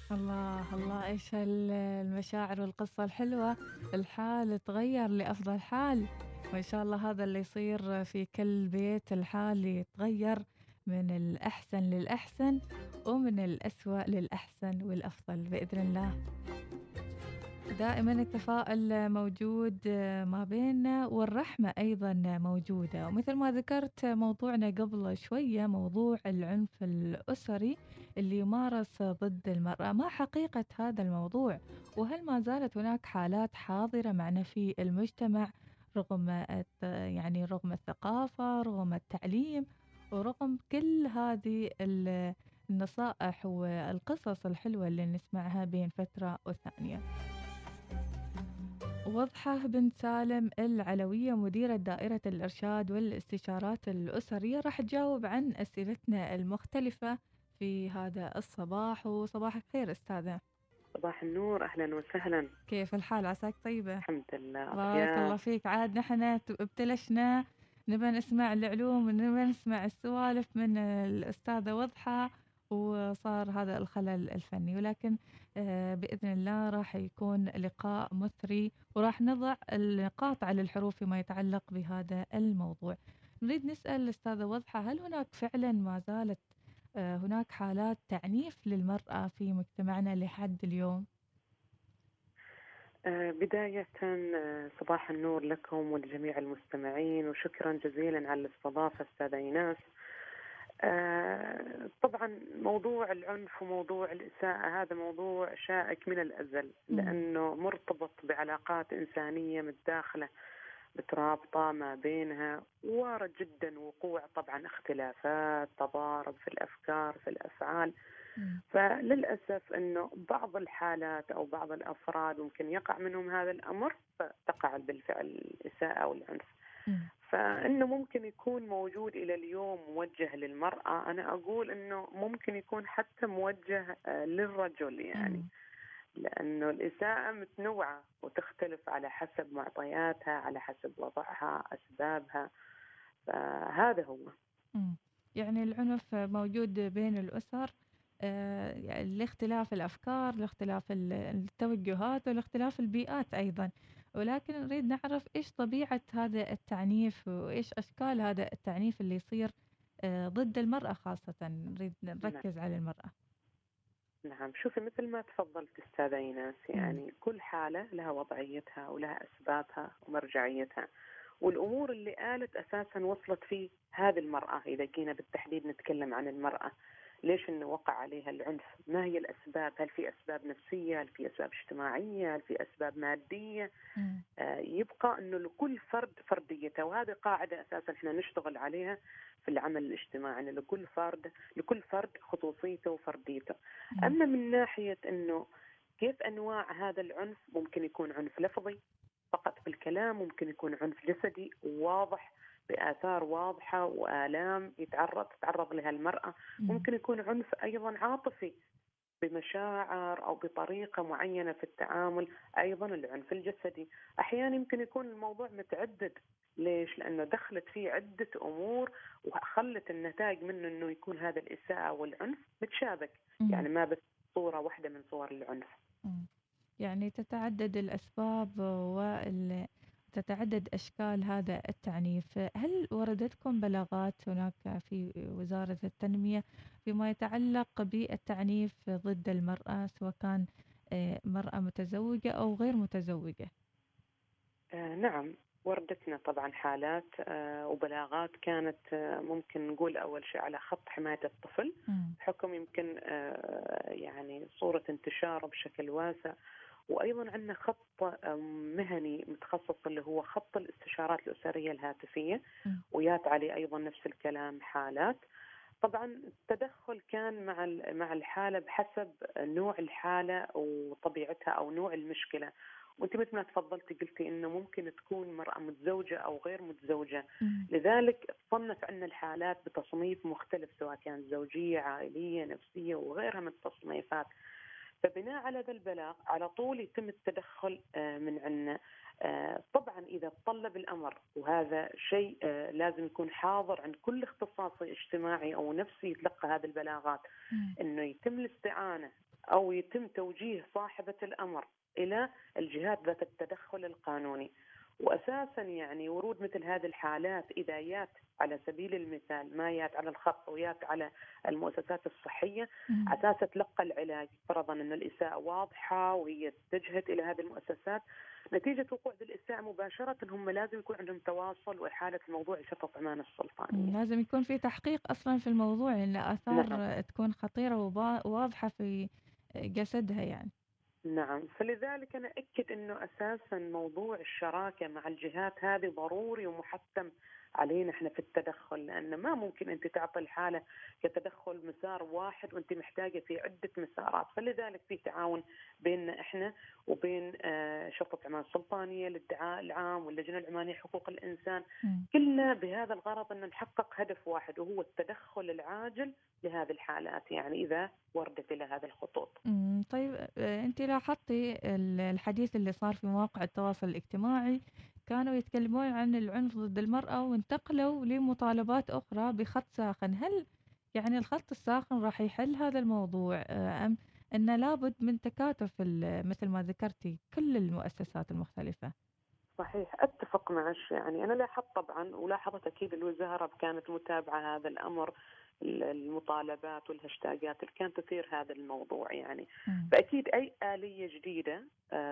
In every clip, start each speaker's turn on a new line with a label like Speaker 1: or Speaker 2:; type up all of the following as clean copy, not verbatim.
Speaker 1: الله، الله إيش المشاعر والقصة الحلوة، الحال تغيّر لأفضل حال، وإن شاء الله هذا اللي يصير في كل بيت، الحال يتغيّر من الأحسن للأحسن، ومن الأسوأ للأحسن والأفضل بإذن الله. دائمًا التفاؤل موجود ما بيننا والرحمة أيضًا موجودة، ومثل ما ذكرت موضوعنا قبل شوية موضوع العنف الأسري اللي يمارس ضد المرأة، ما حقيقة هذا الموضوع؟ وهل ما زالت هناك حالات حاضرة معنا في المجتمع رغم يعني رغم الثقافة، رغم التعليم، ورغم كل هذه النصائح والقصص الحلوة اللي نسمعها بين فترة والثانية؟ وضحة بنت سالم العلوية مديرة دائرة الإرشاد والاستشارات الأسرية راح تجاوب عن أسئلتنا المختلفة في هذا الصباح. وصباح الخير أستاذة.
Speaker 2: صباح النور، أهلا وسهلا.
Speaker 1: كيف الحال؟ عساك طيبة؟
Speaker 2: الحمد لله
Speaker 1: بارك الله
Speaker 2: أطياب.
Speaker 1: فيك. عاد نحن ابتلشنا نبى نسمع العلوم ونبى نسمع السوالف من الأستاذة وضحى، وصار هذا الخلل الفني، ولكن بإذن الله راح يكون لقاء مثري وراح نضع النقاط على الحروف فيما يتعلق بهذا الموضوع. نريد نسأل الأستاذة وضحى، هل هناك فعلا ما زالت هناك حالات تعنيف للمرأة في مجتمعنا لحد اليوم؟
Speaker 2: بداية صباح النور لكم ولجميع المستمعين، وشكرا جزيلا على الاستضافة أستاذة إيناس. طبعا موضوع العنف وموضوع الإساءة هذا موضوع شائك من الأزل،
Speaker 1: مم.
Speaker 2: لأنه مرتبط بعلاقات إنسانية متداخلة مترابطة ما بينها، وارد جدا وقوع طبعا اختلافات، تضارب في الأفكار في الأفعال.
Speaker 1: مم.
Speaker 2: فللأسف أنه بعض الحالات أو بعض الأفراد ممكن يقع منهم هذا الأمر فتقع بالفعل الإساءة والعنف.
Speaker 1: مم.
Speaker 2: فإنه ممكن يكون موجود إلى اليوم موجه للمرأة، أنا أقول أنه ممكن يكون حتى موجه للرجل يعني،
Speaker 1: مم.
Speaker 2: لأنه الإساءة متنوعة وتختلف على حسب معطياتها، على حسب وضعها، أسبابها. فهذا هو.
Speaker 1: إمم. يعني العنف موجود بين الأسر، يعني لاختلاف الأفكار، لاختلاف التوجهات، ولاختلاف البيئات أيضًا، ولكن نريد نعرف إيش طبيعة هذا التعنيف، وإيش أشكال هذا التعنيف اللي يصير ضد المرأة خاصةً، نريد
Speaker 2: نعم.
Speaker 1: نركز على المرأة.
Speaker 2: نعم، شوفي مثل ما تفضلت أستاذة إيناس،
Speaker 1: إمم.
Speaker 2: يعني كل حالة لها وضعيتها ولها أسبابها ومرجعيتها، والأمور اللي قالت أساسا وصلت في هذه المرأة. إذا جينا بالتحديد نتكلم عن المرأة، ليش إنه وقع عليها العنف؟ ما هي الأسباب؟ هل في أسباب نفسية؟ هل في أسباب اجتماعية؟ هل في أسباب مادية؟
Speaker 1: إمم.
Speaker 2: يبقى أنه لكل فرد فرديته، وهذه قاعدة أساسا احنا نشتغل عليها في العمل الاجتماعي، أنه لكل فرد خصوصيته وفرديته.
Speaker 1: إمم.
Speaker 2: أما من ناحية أنه كيف أنواع هذا العنف، ممكن يكون عنف لفظي فقط بالكلام، ممكن يكون عنف جسدي واضح بآثار واضحة وآلام تتعرض لها المرأة،
Speaker 1: إمم.
Speaker 2: ممكن يكون عنف أيضا عاطفي بمشاعر أو بطريقة معينة في التعامل. أيضا العنف الجسدي أحيانا يمكن يكون الموضوع متعدد. ليش؟ لأنه دخلت فيه عدة أمور وخلت النتائج منه أنه يكون هذا الإساءة والعنف متشابك،
Speaker 1: إمم.
Speaker 2: يعني ما بس صورة واحدة من صور العنف.
Speaker 1: إمم. يعني تتعدد الأسباب تتعدد أشكال هذا التعنيف. هل وردتكم بلاغات هناك في وزارة التنمية فيما يتعلق بالتعنيف ضد المرأة، سواء كان مرأة متزوجة أو غير متزوجة؟
Speaker 2: نعم، وردتنا طبعا حالات وبلاغات كانت ممكن نقول أول شيء على خط حماية الطفل،
Speaker 1: إمم.
Speaker 2: بحكم يمكن يعني صورة انتشاره بشكل واسع. وأيضا عندنا خط مهني متخصص اللي هو خط الاستشارات الأسرية الهاتفية،
Speaker 1: إمم.
Speaker 2: ويات عليه أيضا نفس الكلام حالات. طبعا التدخل كان مع الحالة بحسب نوع الحالة وطبيعتها أو نوع المشكلة. وانت مثل ما تفضلتي قلتي انه ممكن تكون مرأة متزوجة او غير متزوجة،
Speaker 1: إمم.
Speaker 2: لذلك تصنف عندنا الحالات بتصنيف مختلف، سواء كانت زوجية، عائلية، نفسية، وغيرها من التصنيفات. فبناء على ذا البلاغ على طول يتم التدخل من عندنا. طبعا إذا تطلب الأمر، وهذا شيء لازم يكون حاضر عند كل اختصاصي اجتماعي أو نفسي يتلقى هذه البلاغات،
Speaker 1: إمم.
Speaker 2: أنه يتم الاستعانة أو يتم توجيه صاحبة الأمر إلى الجهات ذات التدخل القانوني. وأساسا يعني ورود مثل هذه الحالات إذا يات على سبيل المثال ما يات على الخط ويات على المؤسسات الصحية
Speaker 1: مم.
Speaker 2: على أساس تلقى العلاج، فرضا أن الإساءة واضحة وهي اتجهت إلى هذه المؤسسات، نتيجة وقوع الإساءة مباشرة هم لازم يكون عندهم تواصل وإحالة الموضوع لشرطة أمان السلطانية.
Speaker 1: لازم يكون في تحقيق أصلا في الموضوع، لأن
Speaker 2: نعم.
Speaker 1: الآثار تكون خطيرة وواضحة في جسدها يعني.
Speaker 2: نعم، فلذلك أنا أكد أنه أساسا موضوع الشراكة مع الجهات هذه ضروري ومحتم علينا احنا في التدخل، لأن ما ممكن أنت تعطي الحالة كتدخل مسار واحد وأنت محتاجة في عدة مسارات. فلذلك في تعاون بيننا احنا وبين شرطة عمان السلطانية، الادعاء العام واللجنة العمانية حقوق الإنسان،
Speaker 1: مم.
Speaker 2: كلنا بهذا الغرض أن نحقق هدف واحد وهو التدخل العاجل لهذه الحالات، يعني إذا وردت إلى هذه الخطوط.
Speaker 1: طيب، أنتِ لاحظتِ الحديث اللي صار في مواقع التواصل الاجتماعي، كانوا يتكلمون عن العنف ضد المرأة وانتقلوا لمطالبات أخرى بخط ساخن. هل يعني الخط الساخن راح يحل هذا الموضوع، أم أن لابد من تكاتف مثل ما ذكرتِ كل المؤسسات المختلفة؟
Speaker 2: صحيح، أتفق معك. يعني أنا لاحظت طبعا ولاحظت أكيد الوزارة كانت متابعة هذا الأمر، المطالبات والهاشتاجات اللي كانت تثير هذا الموضوع يعني.
Speaker 1: إمم.
Speaker 2: فأكيد أي آلية جديدة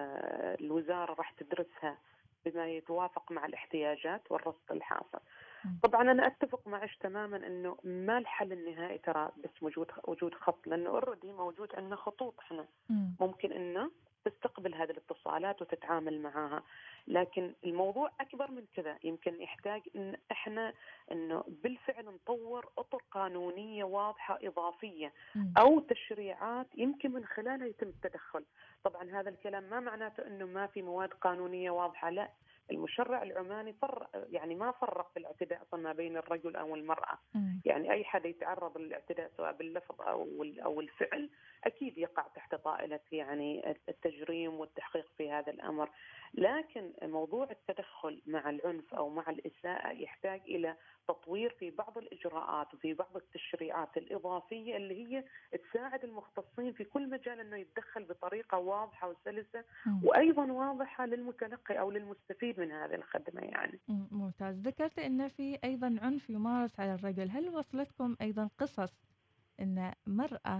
Speaker 2: الوزارة راح تدرسها بما يتوافق مع الاحتياجات والرصد الحاصل.
Speaker 1: إمم.
Speaker 2: طبعا أنا أتفق معك تماما أنه ما الحل النهائي ترى بس وجود خط، لأنه اوريدي موجود عندنا خطوط احنا
Speaker 1: إمم.
Speaker 2: ممكن أنه تستقبل هذه الاتصالات وتتعامل معها. لكن الموضوع أكبر من كذا، يمكن يحتاج إن إحنا إنه بالفعل نطور أطر قانونية واضحة إضافية
Speaker 1: إمم.
Speaker 2: أو تشريعات يمكن من خلالها يتم التدخل. طبعا هذا الكلام ما معناته إنه ما في مواد قانونية واضحة، لا، المشرع العماني يعني ما فرق في الاعتداء ما بين الرجل أو المرأة.
Speaker 1: إمم.
Speaker 2: يعني أي حد يتعرض للاعتداء سواء باللفظ أو الفعل أكيد يقع تحت طائلة يعني التجريم والتحقيق في هذا الأمر. لكن موضوع التدخل مع العنف أو مع الإساءة يحتاج إلى تطوير في بعض الإجراءات وفي بعض التشريعات الإضافية اللي هي تساعد المختصين في كل مجال أنه يتدخل بطريقة واضحة وسلسة
Speaker 1: إمم.
Speaker 2: وأيضا واضحة للمتلقي أو للمستفيد من هذه الخدمة يعني.
Speaker 1: ممتاز. ذكرتِ إن في أيضًا عنف يمارس على الرجل، هل وصلتكم أيضًا قصص إن مرأة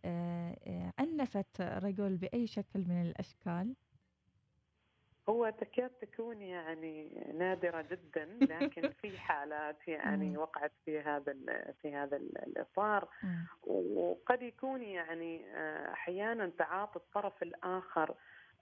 Speaker 1: عنفت رجل بأي شكل من الأشكال؟
Speaker 2: هو تكاد تكون يعني نادرة جدا، لكن في حالات يعني
Speaker 1: إمم.
Speaker 2: وقعت في هذا الإطار.
Speaker 1: إمم.
Speaker 2: وقد يكون يعني أحيانا تعاطي الطرف الآخر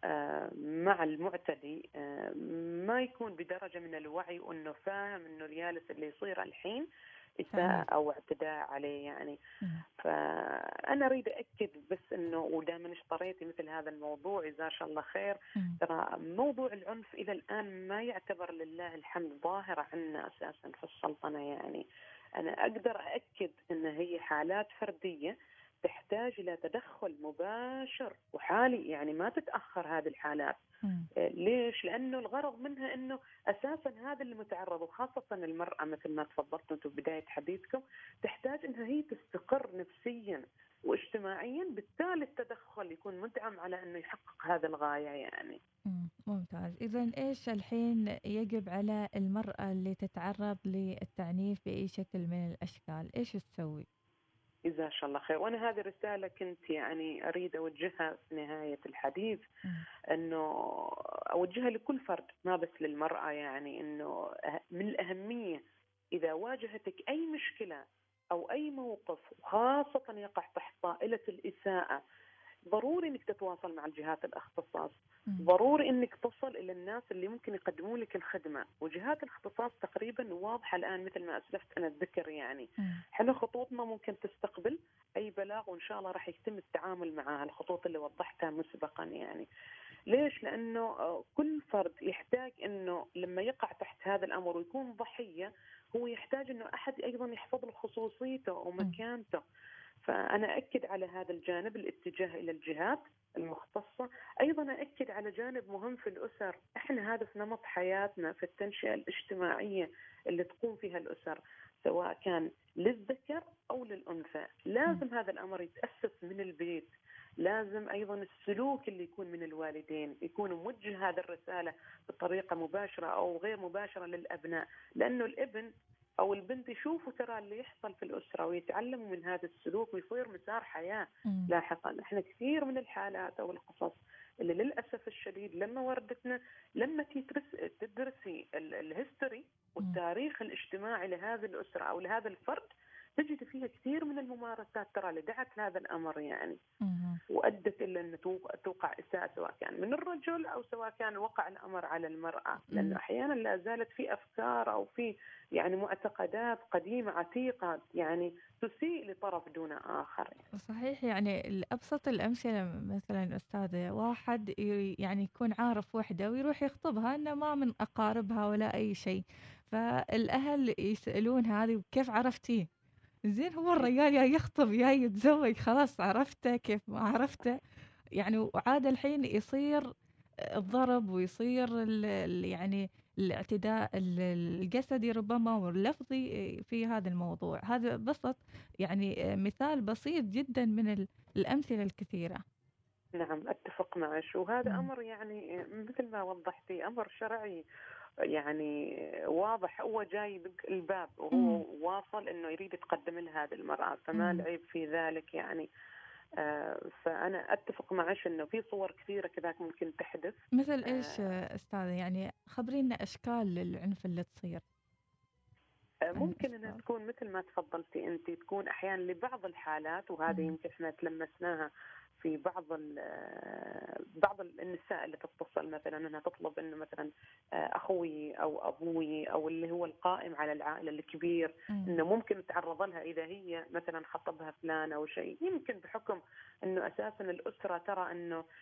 Speaker 2: مع المعتدي ما يكون بدرجة من الوعي وأنه فاهم أنه الجالس اللي يصير الحين إساءة
Speaker 1: تعنيف.
Speaker 2: أو اعتداء عليه يعني.
Speaker 1: إمم.
Speaker 2: فأنا أريد أكد بس أنه ودائما اشتريتي مثل هذا الموضوع جزاه الله خير.
Speaker 1: إمم.
Speaker 2: ترى موضوع العنف إلى الآن ما يعتبر لله الحمد ظاهرة عنا أساسا في السلطنة يعني. أنا أقدر أكد أن هي حالات فردية تحتاج إلى تدخل مباشر وحالي، يعني ما تتأخر هذه الحالات.
Speaker 1: إمم.
Speaker 2: ليش؟ لأنه الغرض منها أنه أساسا هذا اللي متعرض وخاصة المرأة مثل ما تفضلتوا أنتم بداية حديثكم تحتاج أنها هي تستقر نفسيا واجتماعيا، بالتالي التدخل يكون مدعم على أنه يحقق هذا الغاية يعني.
Speaker 1: ممتاز. إذًا إيش الحين يجب على المرأة اللي تتعرض للتعنيف بأي شكل من الأشكال، إيش تسوي؟
Speaker 2: جزاك الله خير. وأنا هذه الرسالة كنت يعني أريد أوجهها في نهاية الحديث،
Speaker 1: إمم.
Speaker 2: أنه أوجهها لكل فرد ما بس للمرأة، يعني أنه من الأهمية إذا واجهتك أي مشكلة أو أي موقف وخاصة يقع تحت طائلة الإساءة، ضروري انك تتواصل مع الجهات الاختصاص،
Speaker 1: إمم.
Speaker 2: ضروري انك تصل الى الناس اللي ممكن يقدمون لك الخدمه، وجهات الاختصاص تقريبا واضحه الان مثل ما اسلفت انا الذكر يعني.
Speaker 1: إمم.
Speaker 2: احنا خطوطنا ممكن تستقبل اي بلاغ وان شاء الله راح يتم التعامل معها، الخطوط اللي وضحتها مسبقا يعني. ليش؟ لانه كل فرد يحتاج انه لما يقع تحت هذا الامر ويكون ضحيه هو يحتاج انه احد ايضا يحفظ له خصوصيته
Speaker 1: إمم.
Speaker 2: ومكانته. فأنا أكد على هذا الجانب الاتجاه إلى الجهات المختصة. أيضا أكد على جانب مهم في الأسر، إحنا هذا في نمط حياتنا في التنشئة الاجتماعية اللي تقوم فيها الأسر سواء كان للذكر أو للأنثى،
Speaker 1: إمم.
Speaker 2: لازم هذا الأمر يتأسس من البيت. لازم أيضا السلوك اللي يكون من الوالدين يكون موجه هذه الرسالة بطريقة مباشرة أو غير مباشرة للأبناء، لأنه الابن أو البنت يشوفوا ترى اللي يحصل في الأسرة ويتعلموا من هذا السلوك ويصير مسار حياة
Speaker 1: مم.
Speaker 2: لاحقا. احنا كثير من الحالات أو القصص اللي للأسف الشديد لما وردتنا، لما تدرسي الهيستوري
Speaker 1: مم.
Speaker 2: والتاريخ الاجتماعي لهذه الأسرة أو لهذا الفرد، تجد فيها كثير من الممارسات ترى اللي دعت لهذا الأمر يعني،
Speaker 1: مم.
Speaker 2: وأدت إلى أن توقع إساءة سواء كان من الرجل أو سواء كان وقع الأمر على المرأة، لأنه
Speaker 1: مم.
Speaker 2: أحيانا لا زالت في أفكار أو في يعني معتقدات قديمة عتيقة يعني تسيء لطرف دون آخر.
Speaker 1: صحيح، يعني الأبسط الأمثلة مثلا أستاذة، واحد يعني يكون عارف وحدة ويروح يخطبها إنه ما من أقاربها ولا أي شيء، فالأهل يسألون هذه كيف عرفتيه؟ زين هو الرجال يا يخطب يا يتزوج، خلاص عرفته كيف ما عرفته. يعني وعاد الحين يصير الضرب ويصير يعني الاعتداء الجسدي ربما واللفظي في هذا الموضوع. هذا بسط يعني مثال بسيط جدا من الأمثلة الكثيرة.
Speaker 2: نعم أتفق معك، وهذا
Speaker 1: مم.
Speaker 2: أمر يعني مثل ما وضحتي أمر شرعي يعني واضح، هو جاي الباب
Speaker 1: مم.
Speaker 2: وهو واصل انه يريد يتقدم لها هذه المرأة، فما
Speaker 1: مم.
Speaker 2: العيب في ذلك يعني. فأنا أتفق معك أنه في صور كثيرة كذاك ممكن تحدث.
Speaker 1: مثل إيش
Speaker 2: آه،
Speaker 1: أستاذة؟ يعني خبرينا أشكال العنف اللي تصير عن
Speaker 2: ممكن انها
Speaker 1: أشكال.
Speaker 2: تكون مثل ما تفضلتي انت، تكون احيانا لبعض الحالات، وهذه
Speaker 1: مم.
Speaker 2: يمكن احنا تلمسناها في بعض النساء اللي تتصل مثلا انها تطلب انه مثلا اخوي او ابوي او اللي هو القائم على العائله الكبير،
Speaker 1: مم.
Speaker 2: انه ممكن تعرض لها اذا هي مثلا خطبها فلان او شيء، يمكن بحكم انه اساسا الاسره ترى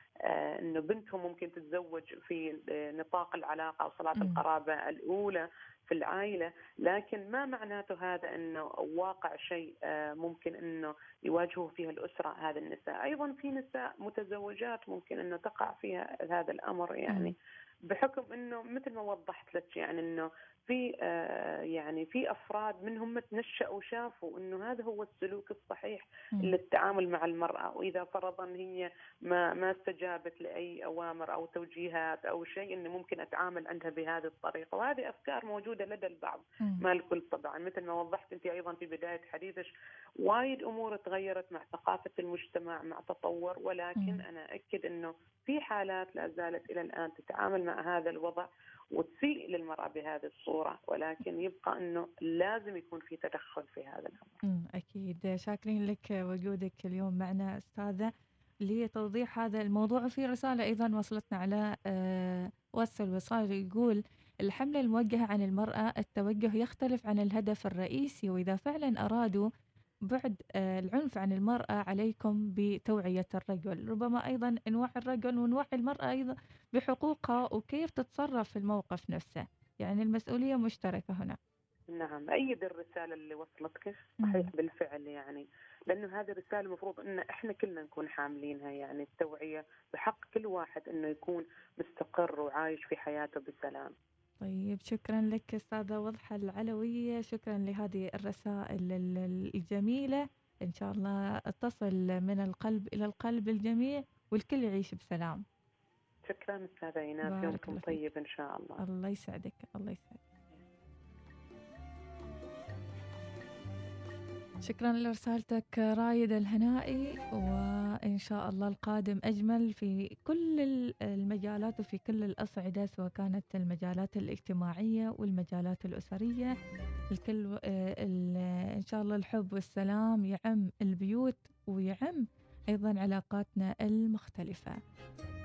Speaker 2: انه بنتهم ممكن تتزوج في نطاق العلاقه او صله
Speaker 1: مم.
Speaker 2: القرابه الاولى في العائله، لكن ما معناته هذا انه واقع شيء ممكن انه يواجهه فيها الاسره. هذه النساء ايضا في نساء متزوجات ممكن انه تقع فيها هذا الامر
Speaker 1: مم.
Speaker 2: يعني، بحكم انه مثل ما وضحت لك يعني انه في يعني في افراد منهم تنشأوا وشافوا انه هذا هو السلوك الصحيح
Speaker 1: مم.
Speaker 2: للتعامل مع المراه، واذا فرضا هي ما استجابت لاي اوامر او توجيهات او شيء انه ممكن اتعامل عندها بهذه الطريقه، وهذه افكار موجوده لدى البعض،
Speaker 1: مم.
Speaker 2: ما الكل طبعا. مثل ما وضحت انت ايضا في بدايه حديثك، وايد امور تغيرت مع ثقافه المجتمع مع تطور، ولكن
Speaker 1: مم.
Speaker 2: انا اكد انه في حالات لا زالت الى الان تتعامل مع هذا الوضع وتسيء للمرأة بهذه الصورة، ولكن يبقى أنه لازم يكون في تدخل في هذا الأمر.
Speaker 1: أكيد. شاكرين لك وجودك اليوم معنا أستاذة لتوضيح هذا الموضوع. وفي رسالة أيضا وصلتنا على واتس الوصال يقول: الحملة الموجهة عن المرأة التوجه يختلف عن الهدف الرئيسي، وإذا فعلا أرادوا بعد العنف عن المرأة عليكم بتوعية الرجل، ربما أيضا نوعي الرجل ونوعي المرأة أيضا بحقوقها وكيف تتصرف في الموقف نفسه. يعني المسؤولية مشتركة هنا.
Speaker 2: نعم أيد الرسالة اللي وصلتك صحيح
Speaker 1: مم.
Speaker 2: بالفعل يعني، لأنه هذه الرسالة المفروض أن إحنا كلنا نكون حاملينها، يعني التوعية بحق كل واحد أنه يكون مستقر وعايش في حياته بسلام.
Speaker 1: طيب شكرا لك أستاذة وضحى العلوية، شكرا لهذه الرسائل الجميلة. إن شاء الله تصل من القلب إلى القلب الجميع والكل يعيش بسلام.
Speaker 2: شكرا أستاذة إيناس،
Speaker 1: بارك
Speaker 2: يومكم
Speaker 1: الله فيك.
Speaker 2: طيب إن شاء الله.
Speaker 1: الله يسعدك، الله يسعدك. شكرا لرسالتك رايد الهنائي، وإن شاء الله القادم أجمل في كل المجالات وفي كل الأصعدة، سواء كانت المجالات الاجتماعية والمجالات الأسرية. الكل إن شاء الله الحب والسلام يعم البيوت ويعم أيضا علاقاتنا المختلفة.